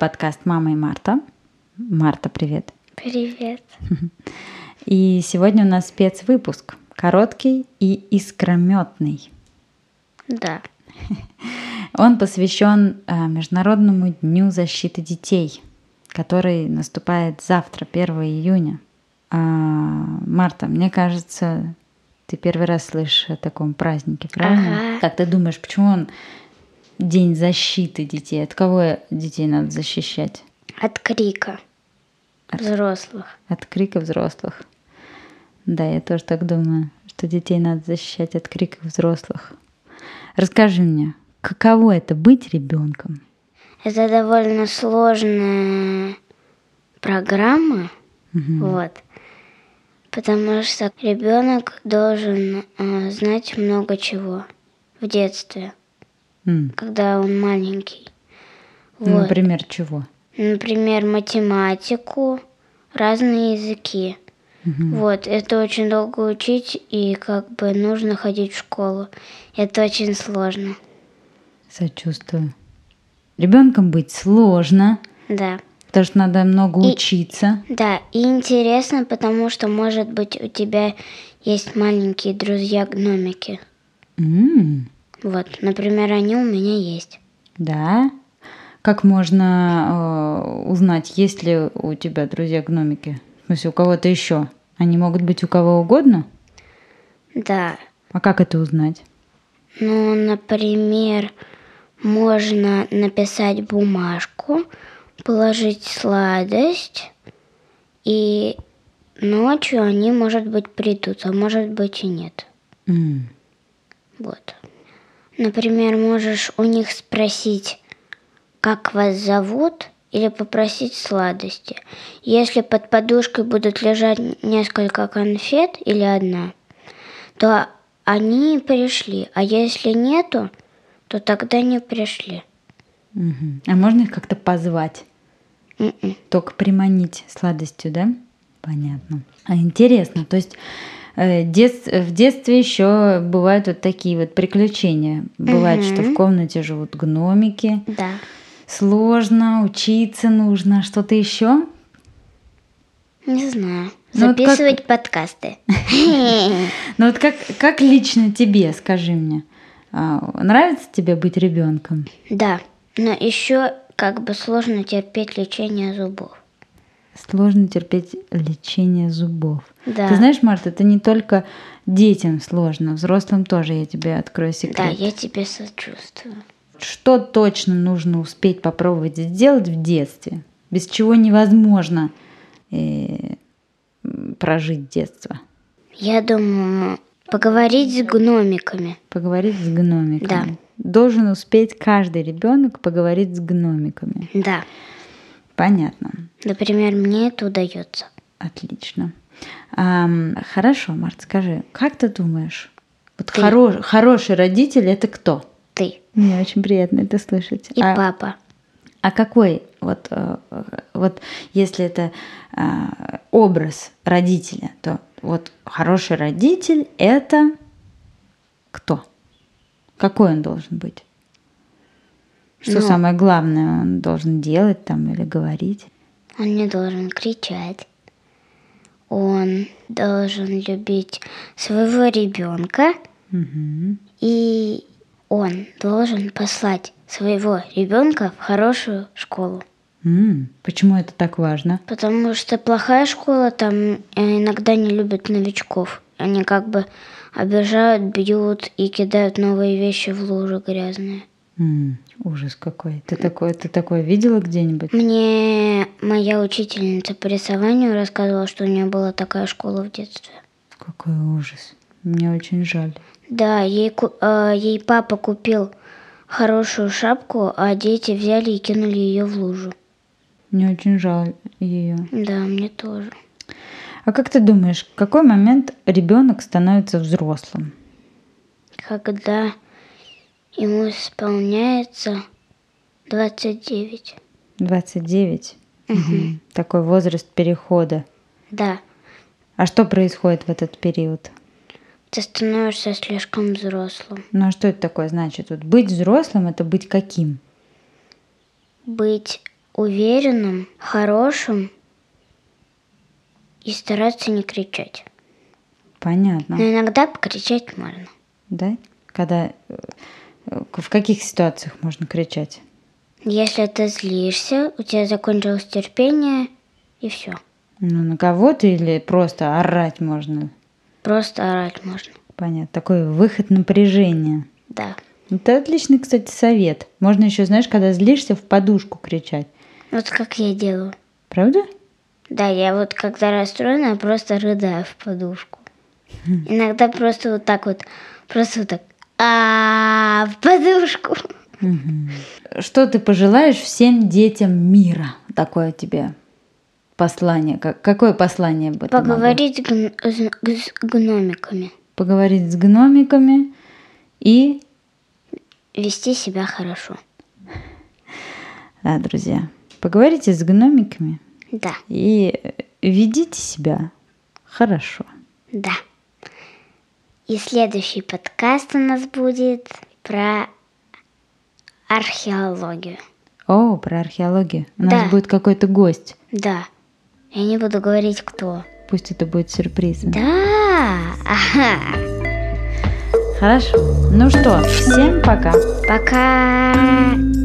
подкаст «Мама и Марта». Марта, привет. Привет. И сегодня у нас спецвыпуск. Короткий и искрометный. Да. Он посвящен Международному дню защиты детей, который наступает завтра, 1 июня. Марта, мне кажется, ты первый раз слышишь о таком празднике, правильно? Ага. Как ты думаешь, почему он День защиты детей? От кого детей надо защищать? От крика взрослых. От крика взрослых. Да, я тоже так думаю, что детей надо защищать от криков взрослых. Расскажи мне, каково это быть ребенком? Это довольно сложная программа, вот, потому что ребенок должен знать много чего в детстве, когда он маленький. Ну, Вот. например, чего? Например, математику, разные языки. Вот, это очень долго учить, и нужно ходить в школу. Это очень сложно. Сочувствую. Ребенком быть сложно, Да. потому что надо много учиться. Да, и интересно, потому что, может быть, у тебя есть маленькие друзья-гномики. Вот, например, они у меня есть. Да? Как можно узнать, есть ли у тебя друзья-гномики? В смысле, у кого-то еще? Они могут быть у кого угодно? Да. А как это узнать? Ну, например, можно написать бумажку, положить сладость, и ночью они, может быть, придут, а может быть и нет. Вот. Например, можешь у них спросить, как вас зовут, или попросить сладости. Если под подушкой будут лежать несколько конфет или одна, то они пришли. А если нету, то тогда не пришли. А можно их как-то позвать? Только приманить сладостью, да? Понятно. Интересно. То есть в детстве еще бывают вот такие вот приключения. Бывает, что в комнате живут гномики. Да. Сложно, учиться нужно. Что-то еще? Не знаю. Ну, вот Записывать подкасты. Ну вот как лично тебе, скажи мне, нравится тебе быть ребенком? Да. Но еще сложно терпеть лечение зубов. Сложно терпеть лечение зубов. Да. Ты знаешь, Марта, это не только детям сложно, взрослым тоже, я тебе открою секрет. Да, я тебе сочувствую. Что точно нужно успеть попробовать сделать в детстве, без чего невозможно прожить детство? Я думаю, поговорить с гномиками. Поговорить с гномиками. Да. Должен успеть каждый ребенок поговорить с гномиками. Да. Понятно. Например, мне это удается. Отлично. Хорошо, Март, скажи, как ты думаешь, вот хороший родитель — это кто? Ты. Мне очень приятно это слышать. И папа. А какой, вот если это образ родителя, то вот хороший родитель — это кто? Какой он должен быть? Что самое главное он должен делать там или говорить? Он не должен кричать. Он должен любить своего ребенка. И он должен послать своего ребенка в хорошую школу. Почему это так важно? Потому что плохая школа, там иногда не любят новичков. Они обижают, бьют и кидают новые вещи в лужи грязные. Ужас какой. Ты такое видела где-нибудь? Мне моя учительница по рисованию рассказывала, что у нее была такая школа в детстве. Какой ужас. Мне очень жаль. Да, ей папа купил хорошую шапку, а дети взяли и кинули ее в лужу. Мне очень жаль ее. Да, мне тоже. А как ты думаешь, в какой момент ребенок становится взрослым? Когда ему исполняется 29. 29? Такой возраст перехода. Да. А что происходит в этот период? Ты становишься слишком взрослым. Ну а что это такое значит? Вот быть взрослым — это быть каким? Быть уверенным, хорошим и стараться не кричать. Понятно. Но иногда покричать можно. Да? Когда... В каких ситуациях можно кричать? Если ты злишься, у тебя закончилось терпение, и все. Ну, на кого-то или просто орать можно? Просто орать можно. Понятно. Такой выход напряжения. Да. Это отличный, кстати, совет. Можно еще, знаешь, когда злишься, в подушку кричать. Вот как я делаю. Правда? Да, я вот когда расстроена, я просто рыдаю в подушку. Иногда просто вот так, в подушку. Что ты пожелаешь всем детям мира? Такое тебе послание. Какое послание бы ты могла? Поговорить с гномиками. Поговорить с гномиками и... Вести себя хорошо. Да, друзья, поговорите с гномиками Да. и ведите себя хорошо. Да. И следующий подкаст у нас будет про археологию. О, про археологию. У Да. нас будет какой-то гость. Да. Я не буду говорить, кто. Пусть это будет сюрпризом. Да. Ага. Хорошо. Ну что, всем пока. Пока.